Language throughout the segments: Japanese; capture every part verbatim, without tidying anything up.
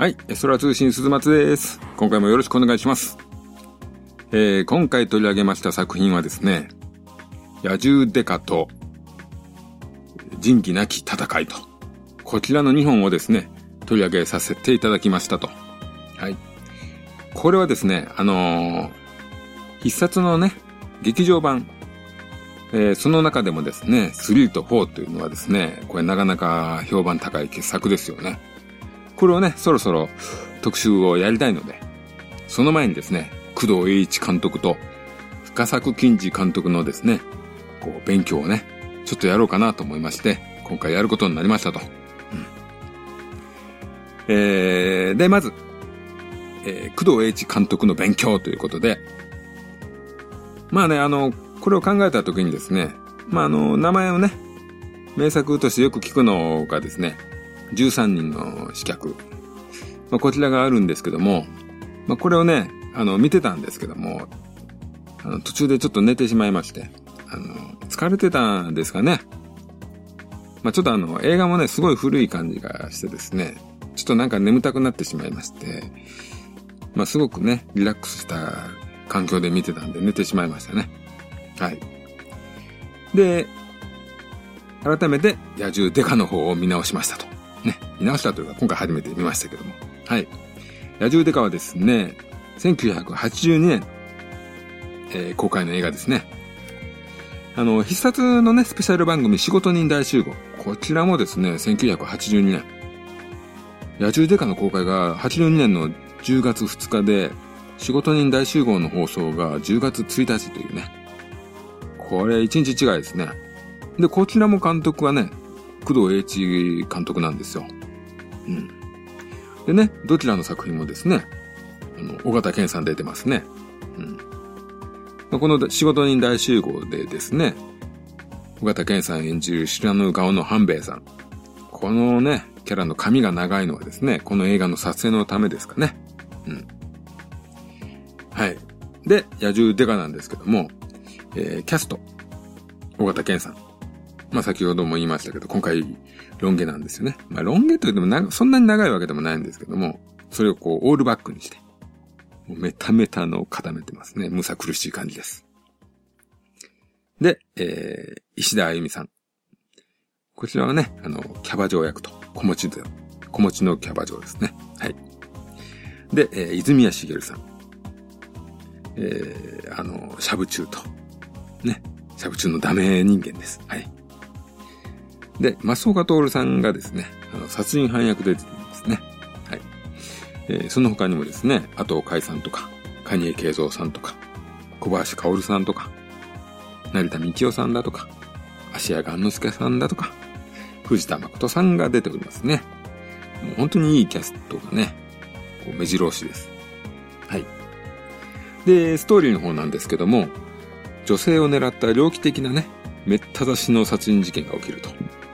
はい、空通信鈴松です。今回もよろしくお願いします。えー、今回取り上げました作品はですね、野獣デカと仁義なき戦いと、こちらのにほんをですね、取り上げさせていただきましたと。はい。これはですね、あのー、必殺のね、劇場版、えー、その中でもですね、スリーとフォーというのはですね、これなかなか評判高い傑作ですよね。これをね、そろそろ特集をやりたいので、その前にですね、工藤栄一監督と深作欣二監督のですね、こう勉強をね、ちょっとやろうかなと思いまして、今回やることになりましたと。うん、えー、で、まず、えー、工藤栄一監督の勉強ということで、まあね、あの、これを考えたときにですね、まああの、名前をね、名作としてよく聞くのがですね、じゅうさんにんの刺客。まあ、こちらがあるんですけども、まあ、これをね、あの、見てたんですけども、あの、途中でちょっと寝てしまいまして、あの、疲れてたんですかね。まあ、ちょっとあの、映画もね、すごい古い感じがしてですね、ちょっとなんか眠たくなってしまいまして、まあ、すごくね、リラックスした環境で見てたんで寝てしまいましたね。はい。で、改めて野獣デカの方を見直しましたと。ね、見直したというか今回初めて見ましたけども。はい。野獣デカはですね、せんきゅうひゃくはちじゅうにねん、えー、公開の映画ですね。あの、必殺のね、スペシャル番組仕事人大集合。こちらもですね、せんきゅうひゃくはちじゅうにねん。野獣デカの公開がはちじゅうにねんのじゅうがつふつかで、仕事人大集合の放送がじゅうがつついたちというね。これいちにち違いですね。で、こちらも監督はね、工藤栄一監督なんですよ。うん。でね、どちらの作品もですね、あの、尾形健さん出てますね。うん。この仕事人大集合でですね、尾形健さん演じる知らぬ顔の半兵衛さん。このね、キャラの髪が長いのはですね、この映画の撮影のためですかね。うん。はい。で、野獣デカなんですけども、えー、キャスト、尾形健さん。まあ先ほども言いましたけど、今回ロン毛なんですよね。まあロン毛といってもなそんなに長いわけでもないんですけども、それをこうオールバックにして、もうメタメタの固めてますね。むさ苦しい感じです。で、えー、石田あゆみさん。こちらはね、あの、キャバ嬢役と、子持ちで、子持ちのキャバ嬢ですね。はい。で、えー、泉谷しげるさん。えー、あの、シャブチューと、ね、シャブチューのダメ人間です。はい。で、増岡徹さんがですね、あの、殺人犯役で出てるんですね。はい。えー、その他にもですね、阿藤海さんとか、蟹江慶三さんとか、小林薫さんとか、成田幹夫さんだとか、芦屋雁之助さんだとか、藤田誠さんが出ておりますね。もう本当にいいキャストがね、こう目白押しです。はい。で、ストーリーの方なんですけども、女性を狙った猟奇的なね、めった刺しの殺人事件が起きると。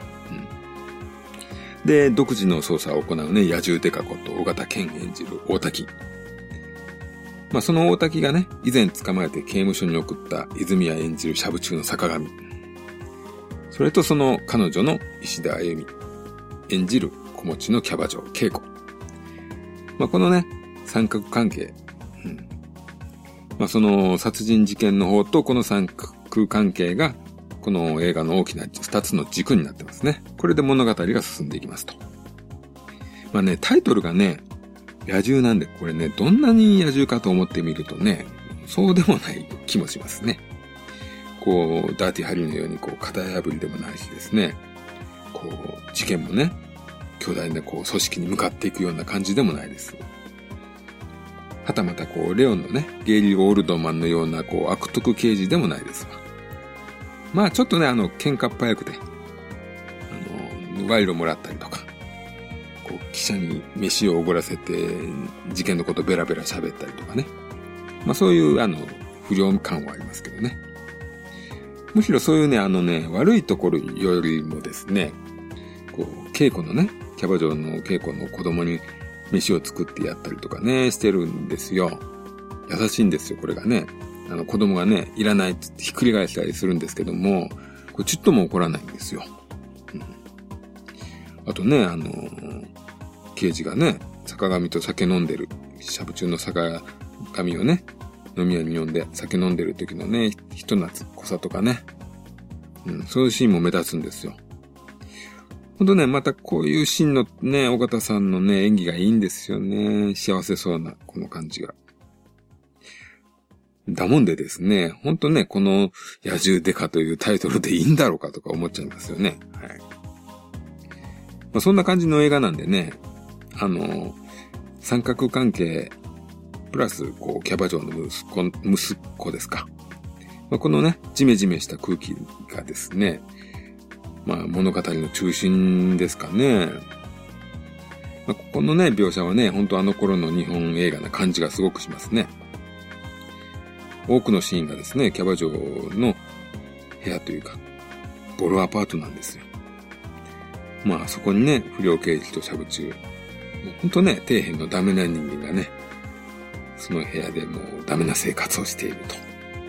で、独自の捜査を行うね、野獣デカこと尾形健演じる大滝。まあ、その大滝がね、以前捕まえて刑務所に送った泉谷演じるシャブ中の坂上。それとその彼女の石田あゆみ演じる子持ちのキャバ嬢恵子。まあ、このね、三角関係。うん、まあ、その殺人事件の方とこの三角関係がこの映画の大きな二つの軸になってますね。これで物語が進んでいきますと。まあね、タイトルがね、野獣なんで、これね、どんなに野獣かと思ってみるとね、そうでもない気もしますね。こう、ダーティハリーのようにこう、型破りでもないしですね、こう、事件もね、巨大なこう、組織に向かっていくような感じでもないです。はたまたこう、レオンのね、ゲイリー・オールドマンのようなこう、悪徳刑事でもないですわ。まあちょっとね、あの、喧嘩っ早くて、あの、賄賂もらったりとか、こう、記者に飯をおごらせて、事件のことベラベラ喋ったりとかね。まあそういう、あの、不良感はありますけどね。むしろそういうね、あのね、悪いところよりもですね、こう、稽古のね、キャバ嬢の稽古の子供に飯を作ってやったりとかね、してるんですよ。優しいんですよ、これがね。あの子供がね、いらないってひっくり返したりするんですけども、これちっとも怒らないんですよ。うん、あとね、あの、刑事がね、 坂上と酒飲んでる、しゃぶ中の坂上をね、飲み屋に呼んで酒飲んでる時のね、ひと夏っこさとかね、うん、そういうシーンも目立つんですよ。ほんとね、またこういうシーンのね、尾形さんのね、演技がいいんですよね。幸せそうな、この感じが。だもんでですね、ほんとね、この野獣デカというタイトルでいいんだろうかとか思っちゃいますよね。はい。まあ、そんな感じの映画なんでね、あの、三角関係、プラス、こう、キャバ嬢の息子、息子ですか。まあ、このね、ジメジメした空気がですね、まあ、物語の中心ですかね。まあ、ここのね、描写はね、本当あの頃の日本映画な感じがすごくしますね。多くのシーンがですね、キャバ嬢の部屋というか、ボロアパートなんですよ。まあ、そこにね、不良刑事としゃぶ中、もう本当ね、底辺のダメな人間がね、その部屋でもうダメな生活をしていると。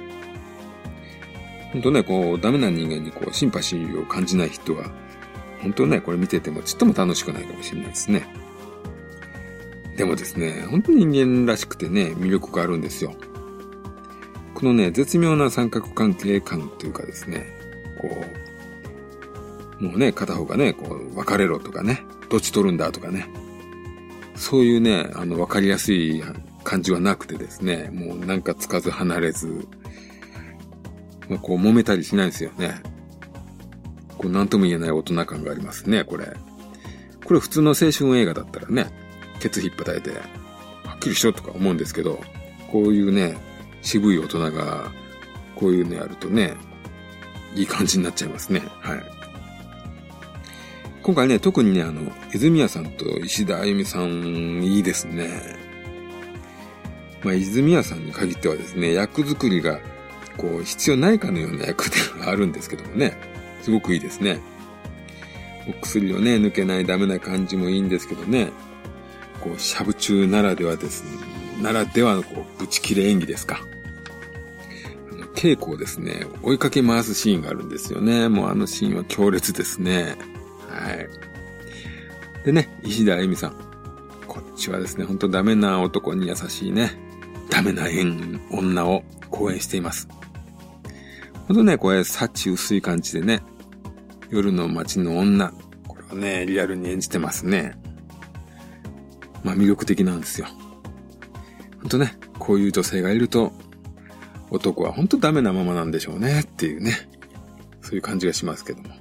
本当ね、こう、ダメな人間にこう、シンパシーを感じない人は、本当ね、これ見ててもちっとも楽しくないかもしれないですね。でもですね、本当に人間らしくてね、魅力があるんですよ。このね、絶妙な三角関係感というかですね、こう、もうね、片方がね、こう、別れろとかね、どっち取るんだとかね、そういうね、あの、わかりやすい感じはなくてですね、もうなんかつかず離れず、まあ、こう揉めたりしないですよね。こうなんとも言えない大人感がありますね、これ。これ普通の青春映画だったらね、ケツひっぱたいて、はっきりしろとか思うんですけど、こういうね、渋い大人が、こういうのやるとね、いい感じになっちゃいますね。はい。今回ね、特にね、あの、泉谷さんと石田あゆみさん、いいですね。まあ、泉谷さんに限ってはですね、役作りが、こう、必要ないかのような役ではあるんですけどもね、すごくいいですね。お薬をね、抜けないダメな感じもいいんですけどね、こう、しゃぶ中ならではですね、ならではのこう、ぶち切れ演技ですか。稽古をですね、追いかけ回すシーンがあるんですよね。もうあのシーンは強烈ですね。はい。でね、石田あゆみさん。こっちはですね、ほんとダメな男に優しいね、ダメな女を好演しています。ほんとね、これ、幸薄い感じでね、夜の街の女、これはね、リアルに演じてますね。まあ魅力的なんですよ。ほんとね、こういう女性がいると、男はほんとダメなままなんでしょうね、っていうね、そういう感じがしますけども。はい。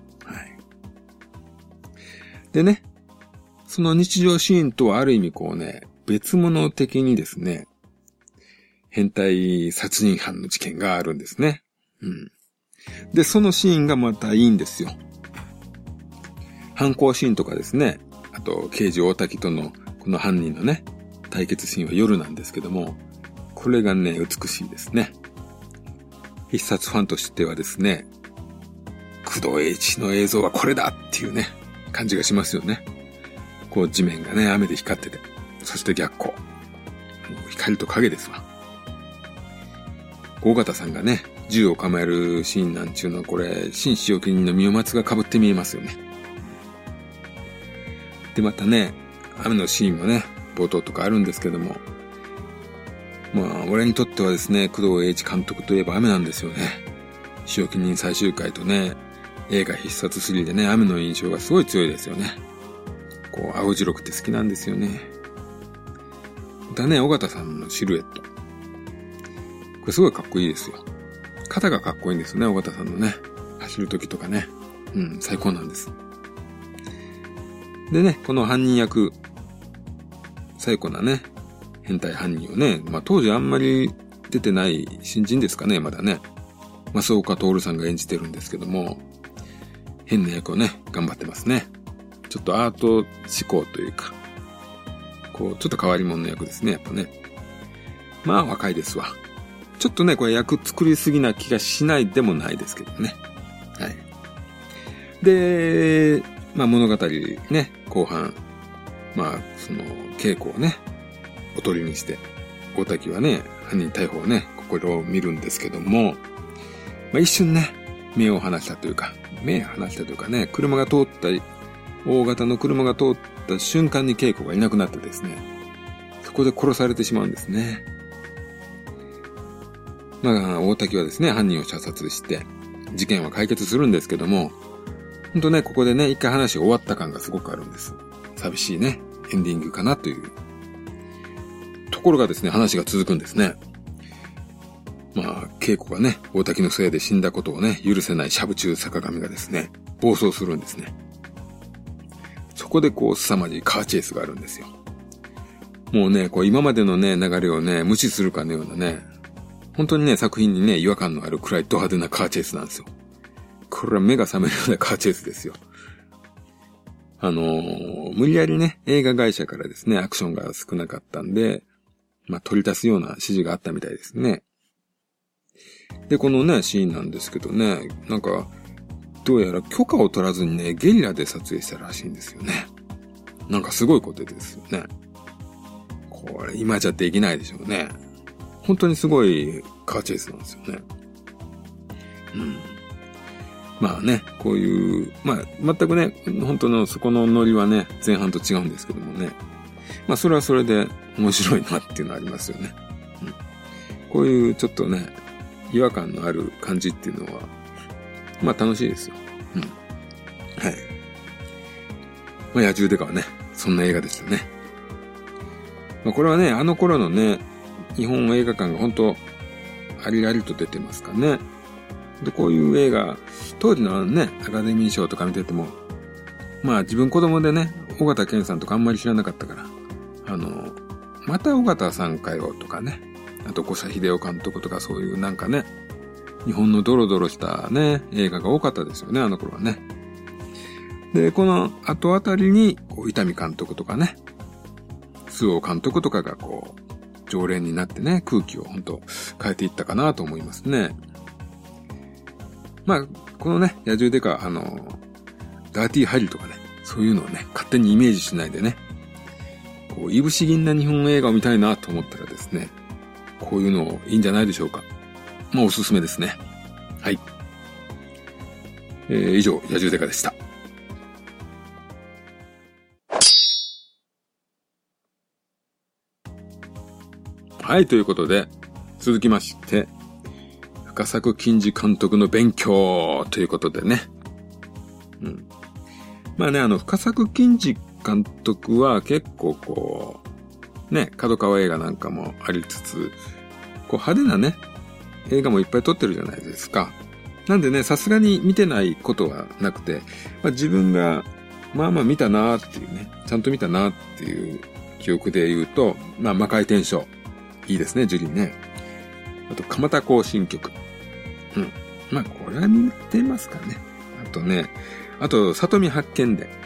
でね、その日常シーンとはある意味こうね、別物的にですね、変態殺人犯の事件があるんですね。うん。で、そのシーンがまたいいんですよ。犯行シーンとかですね、あと、刑事大滝との、この犯人のね、対決シーンは夜なんですけども、これがね、美しいですね。必殺ファンとしてはですね、工藤栄一の映像はこれだっていうね、感じがしますよね。こう地面がね、雨で光ってて、そして逆光。光と影ですわ。大型さんがね、銃を構えるシーンなんちゅうのはこれ、新使用人の三代松が被って見えますよね。で、またね、雨のシーンもね、冒頭とかあるんですけども、まあ、俺にとってはですね、工藤栄一監督といえば雨なんですよね。使用人最終回とね、映画必殺スリーでね、雨の印象がすごい強いですよね。こう、青白くて好きなんですよね。またね、尾形さんのシルエット。これすごいかっこいいですよ。肩がかっこいいんですよね、尾形さんのね。走る時とかね。うん、最高なんです。でね、この犯人役、最高なね、変態犯人をね、まあ当時あんまり出てない新人ですかね、まだね。増岡徹さんが演じてるんですけども、変な役をね、頑張ってますね。ちょっとアート思考というか、こう、ちょっと変わり者の役ですね、やっぱね。まあ若いですわ。ちょっとね、これ役作りすぎな気がしないでもないですけどね。はい。で、まあ物語ね、後半、まあその稽古をね、おとりにして、大滝はね、犯人逮捕をね、心を見るんですけども、まあ一瞬ね、目を離したというか、目を離したというかね、車が通ったり大型の車が通った瞬間に恵子がいなくなってですね、そこで殺されてしまうんですね。まあ、大滝はですね、犯人を射殺して、事件は解決するんですけども、ほんとね、ここでね、一回話終わった感がすごくあるんです。寂しいね、エンディングかなという。ところがですね、話が続くんですね。まあ、恵子がね、大滝のせいで死んだことをね、許せないシャブ中坂上がですね、暴走するんですね。そこでこう、凄まじいカーチェイスがあるんですよ。もうね、こう、今までのね、流れをね、無視するかのようなね、本当にね、作品にね、違和感のあるくらいド派手なカーチェイスなんですよ。これは目が覚めるようなカーチェイスですよ。あのー、無理やりね、映画会社からですね、アクションが少なかったんで、まあ、取り足すような指示があったみたいですね。で、このね、シーンなんですけどね、なんか、どうやら許可を取らずにね、ゲリラで撮影したらしいんですよね。なんかすごいことですよね。これ、今じゃできないでしょうね。本当にすごいカーチェイスなんですよね。うん。まあね、こういう、まあ、全くね、本当のそこのノリはね、前半と違うんですけどもね。まあ、それはそれで面白いなっていうのはありますよね。うん。こういうちょっとね、違和感のある感じっていうのは、まあ楽しいですよ。うん。はい。まあ野獣デカはね、そんな映画でしたね。まあこれはね、あの頃のね、日本映画館が本当ありありと出てますかね。で、こういう映画、当時のね、アカデミー賞とか見てても、まあ自分子供でね、尾形健さんとかあんまり知らなかったから、あの、また尾形さんかよとかね、あと五社秀夫監督とかそういうなんかね、日本のドロドロしたね、映画が多かったですよね、あの頃はね。で、この後あたりに、こう、伊丹監督とかね、周防監督とかがこう、常連になってね、空気をほんと変えていったかなと思いますね。まあ、このね、野獣デカ、あの、ダーティーハリーとかね、そういうのをね、勝手にイメージしないでね、こう、いぶし銀な日本映画を見たいなと思ったらですね、こういうのいいんじゃないでしょうか。まあ、おすすめですね。はい。えー、以上、野獣デカでした。はい、ということで、続きまして、深作欣二監督の勉強ということでね。うん。まあね、あの、深作欣二監督は結構こう、ね、角川映画なんかもありつつ、こう派手なね、映画もいっぱい撮ってるじゃないですか。なんでね、さすがに見てないことはなくて、まあ、自分が、まあまあ見たなーっていうね、ちゃんと見たなーっていう記憶で言うと、まあ魔界転生。いいですね、ジュリーね。あと、蒲田行進曲。うん。まあ、これは見てますかね。あとね、あと、里見八犬伝。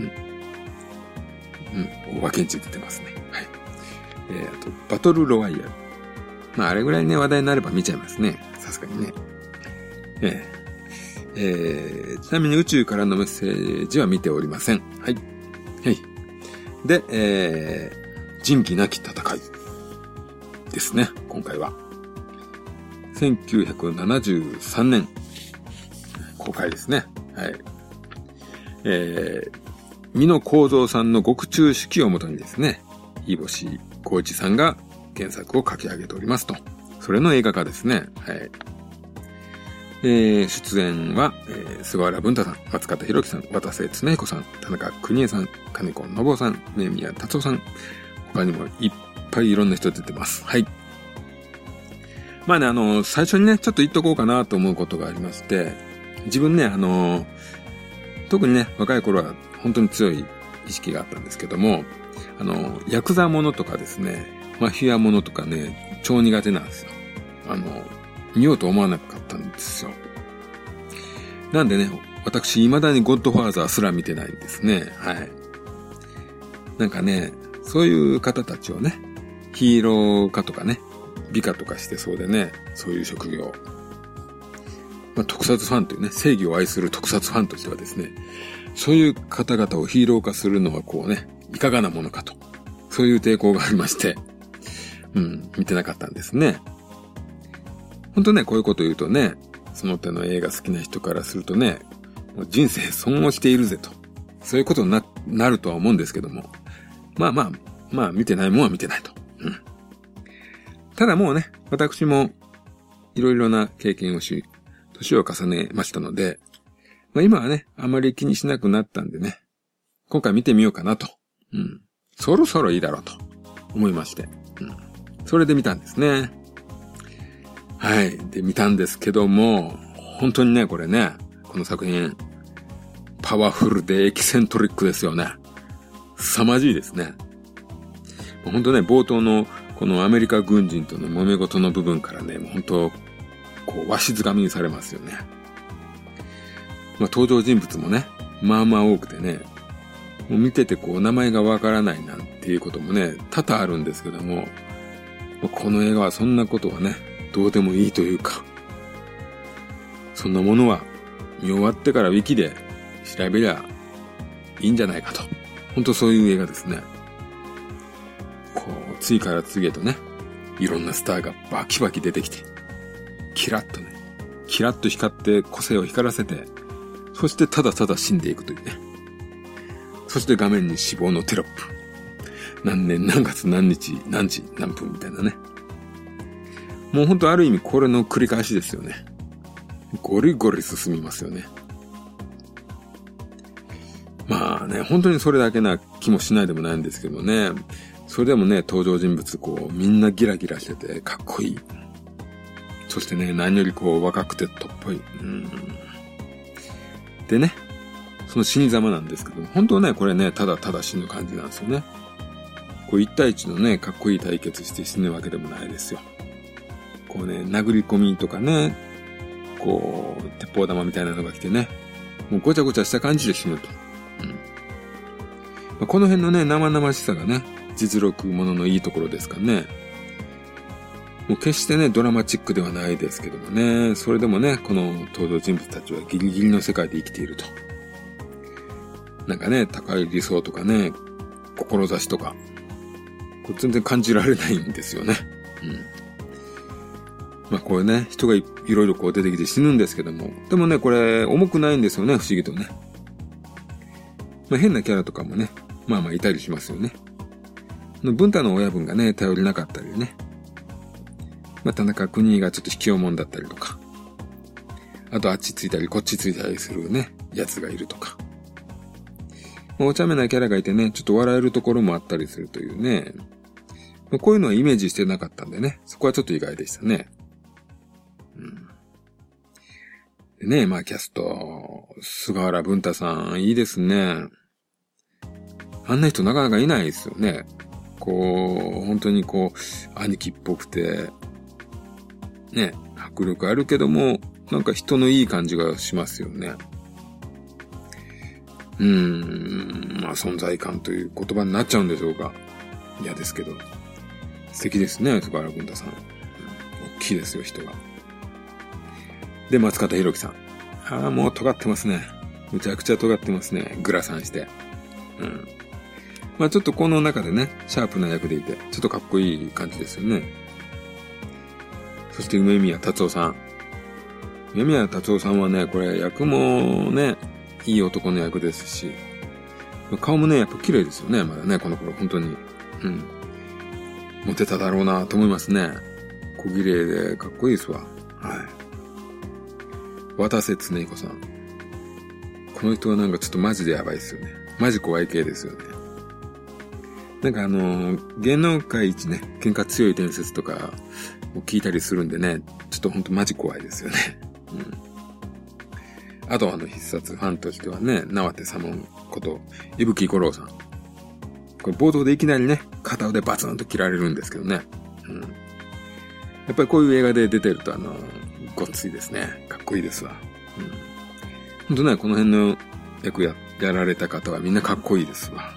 うん。うん。お化けんち出てますね。はい。えー、あと、バトルロワイヤル。まあ、あれぐらいね、話題になれば見ちゃいますね。さすがにね。えー、えー、ちなみに宇宙からのメッセージは見ておりません。はい。はい。で、えー、仁義なき戦い。ですね、今回は。せんきゅうひゃくななじゅうさんねん、公開ですね。はい。えー、美濃幸三さんの獄中手記をもとにですね、飯星浩一さんが原作を書き上げておりますと。それの映画化ですね。はい。えー、出演は、えー、菅原文太さん、松方弘樹さん、渡瀬恒彦さん、田中邦衛さん、金子信夫さん、根宮達夫さん、他にもいっいっぱいいろんな人出てます。はい。まあね、あの、最初にね、ちょっと言っとこうかなと思うことがありまして、自分ね、あの、特にね、若い頃は本当に強い意識があったんですけども、あの、ヤクザものとかですね、マフィアものとかね、超苦手なんですよ。あの、見ようと思わなかったんですよ。なんでね、私、未だにゴッドファーザーすら見てないんですね。はい。なんかね、そういう方たちをね、ヒーロー化とかね、美化とかしてそうでね、そういう職業。まあ、特撮ファンというね、正義を愛する特撮ファンとしてはですね、そういう方々をヒーロー化するのはこうね、いかがなものかと。そういう抵抗がありまして、うん、見てなかったんですね。ほんとね、こういうこと言うとね、その手の映画好きな人からするとね、もう人生損をしているぜとそういうことに な, なるとは思うんですけども。まあまあ、まあ見てないもんは見てないと。うん。ただもうね、私もいろいろな経験をし、年を重ねましたので、まあ今はね、あまり気にしなくなったんでね、今回見てみようかなと。うん。そろそろいいだろうと思いまして。うん。それで見たんですね。はい。で、見たんですけども、本当にね、これね、この作品、パワフルでエキセントリックですよね。凄まじいですね。本当ね、冒頭のこのアメリカ軍人との揉め事の部分からね、もう本当、こう、わしづかみにされますよね。まあ、登場人物もね、まあまあ多くてね、もう見ててこう、名前がわからないなんていうこともね、多々あるんですけども、この映画はそんなことはね、どうでもいいというか、そんなものは見終わってからウィキで調べりゃいいんじゃないかと。本当そういう映画ですね。こう、次から次へとね、いろんなスターがバキバキ出てきて、キラッとね、キラッと光って個性を光らせて、そしてただただ死んでいくというね。そして画面に死亡のテロップ。何年何月何日何時何分みたいなね。もうほんとある意味これの繰り返しですよね。ゴリゴリ進みますよね。まあね、本当にそれだけな気もしないでもないんですけどね。それでもね、登場人物こうみんなギラギラしててかっこいい。そしてね、何よりこう若くてとっぽい。うんでね、その死に様なんですけども、本当ね、これね、ただただ死ぬ感じなんですよね。こう一対一のね、かっこいい対決して死ぬわけでもないですよ。こうね、殴り込みとかね、こう、鉄砲玉みたいなのが来てね、もうごちゃごちゃした感じで死ぬと。うんまあ、この辺のね、生々しさがね、実録もののいいところですかね。もう決してね、ドラマチックではないですけどもね、それでもね、この登場人物たちはギリギリの世界で生きていると。なんかね、高い理想とかね、志とか、これ全然感じられないんですよね。うん。まあこれね、人が い, いろいろこう出てきて死ぬんですけども、でもね、これ重くないんですよね、不思議とね。まあ変なキャラとかもね、まあまあいたりしますよね。文太の親分がね、頼りなかったりね。まあ田中邦がちょっと卑怯者だったりとか。あとあっちついたりこっちついたりするね、やつがいるとか。お茶目なキャラがいてね、ちょっと笑えるところもあったりするというね。こういうのはイメージしてなかったんでね、そこはちょっと意外でしたね。うん、でね、まあキャスト、菅原文太さん、いいですね。あんな人なかなかいないですよね。こう、本当にこう、兄貴っぽくて、ね、迫力あるけども、なんか人のいい感じがしますよね。うーん、まあ存在感という言葉になっちゃうんでしょうか。嫌ですけど。素敵ですね、菅原文太さん。うん、大きいですよ、人が。で、松方弘樹さん。ああ、もう尖ってますね。むちゃくちゃ尖ってますね。グラサンして。うん。まあちょっとこの中でね、シャープな役でいて、ちょっとかっこいい感じですよね。そして梅宮達夫さん。梅宮達夫さんはね、これ役もね、いい男の役ですし、顔もね、やっぱ綺麗ですよね、まだね、この頃、本当に。うん。モテただろうなと思いますね。小綺麗でかっこいいですわ。はい。渡瀬恒彦さん。この人はなんかちょっとマジでやばいですよね。マジ怖い系ですよね。なんかあのー、芸能界一ね、喧嘩強い伝説とかを聞いたりするんでね、ちょっとほんとマジ怖いですよね。うん。あとあの必殺ファンとしてはね、縄手左門こと伊吹五郎さん。これ冒頭でいきなりね、片腕バツンと切られるんですけどね。うん。やっぱりこういう映画で出てるとあのー、ごっついですね。かっこいいですわ。うん。ほんとね、この辺の役や、やられた方はみんなかっこいいですわ。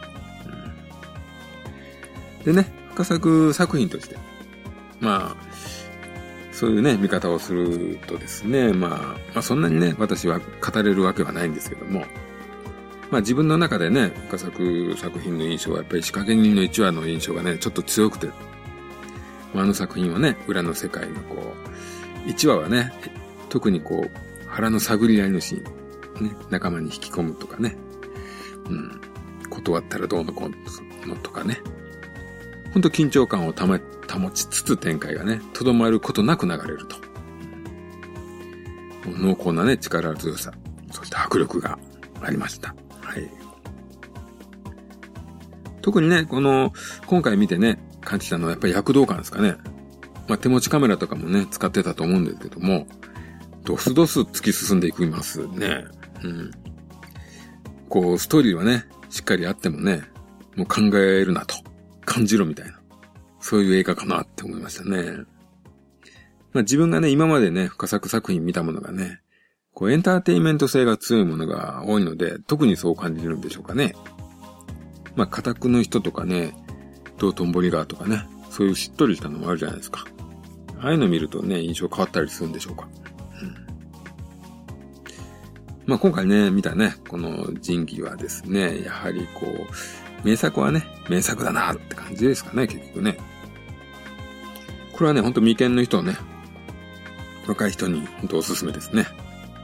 でね、深作作品として、まあ、そういうね、見方をするとですね、まあ、まあそんなにね、私は語れるわけはないんですけども、まあ自分の中でね、深作作品の印象はやっぱり仕掛け人の一話の印象がね、ちょっと強くて、あの作品はね、裏の世界のこう、一話はね、特にこう、腹の探り合いのシーン、ね、仲間に引き込むとかね、 うん。断ったらどうのこうのとかね。ほんと緊張感をたま、保ちつつ展開がね、とどまることなく流れると。濃厚なね、力強さ、そして迫力がありました。はい。特にね、この、今回見てね、感じたのはやっぱり躍動感ですかね。まあ、手持ちカメラとかもね、使ってたと思うんですけども、ドスドス突き進んでいきますね。うん。こう、ストーリーはね、しっかりあってもね、もう考えるなと、感じろみたいな、そういう映画かなって思いましたね。まあ自分がね、今までね、深作作品見たものがね、こうエンターテインメント性が強いものが多いので、特にそう感じるんでしょうかね。まあ、家宅の人とかね、道頓堀川とかね、そういうしっとりしたのもあるじゃないですか。ああいうの見るとね、印象変わったりするんでしょうか。うん、まあ今回ね、見たね、この仁義はですね、やはりこう、名作はね、名作だなって感じですかね、結局ね。これはね、ほんと未見の人ね、若い人にほんとおすすめですね。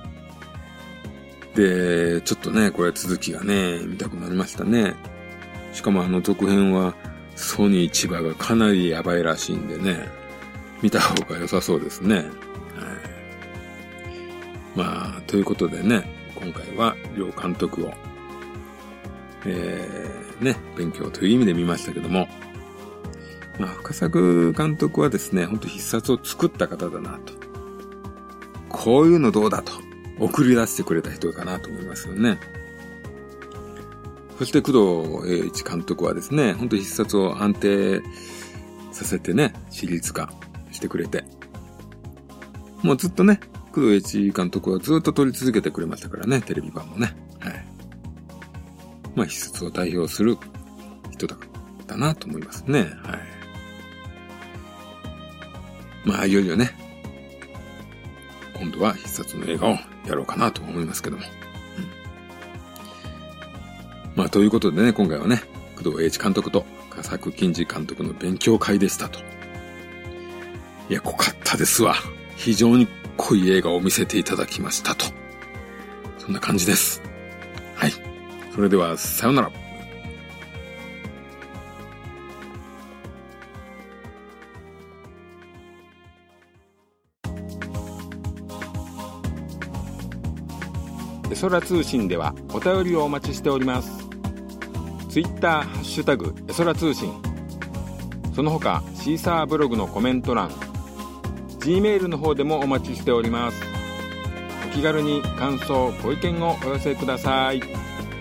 で、ちょっとね、これ続きがね、見たくなりましたね。しかもあの続編は、ソニー千葉がかなりやばいらしいんでね、見た方が良さそうですね。はい、まあ、ということでね、今回は両監督を、えー、ね、勉強という意味で見ましたけども、まあ、深作監督はですね、本当必殺を作った方だなと。こういうのどうだと送り出してくれた人かなと思いますよね。そして工藤英一監督はですね、本当必殺を安定させてね、シリーズ化してくれて。もうずっとね、工藤英一監督はずっと撮り続けてくれましたからね、テレビ版もね。はい。まあ必殺を代表する人だったなと思いますね。はい。まあいよいよね、今度は必殺の映画をやろうかなと思いますけども。うん、まあということでね、今回はね、工藤英一監督と深作欣二監督の勉強会でしたと。いや、濃かったですわ。非常に濃い映画を見せていただきましたと。そんな感じです。はい。それでは、さよなら。 エソラ通信ではお便りをお待ちしております。ツイッターハッシュタグエソラ通信、その他シーサーブログのコメント欄、G メールの方でもお待ちしております。お気軽に感想ご意見をお寄せください。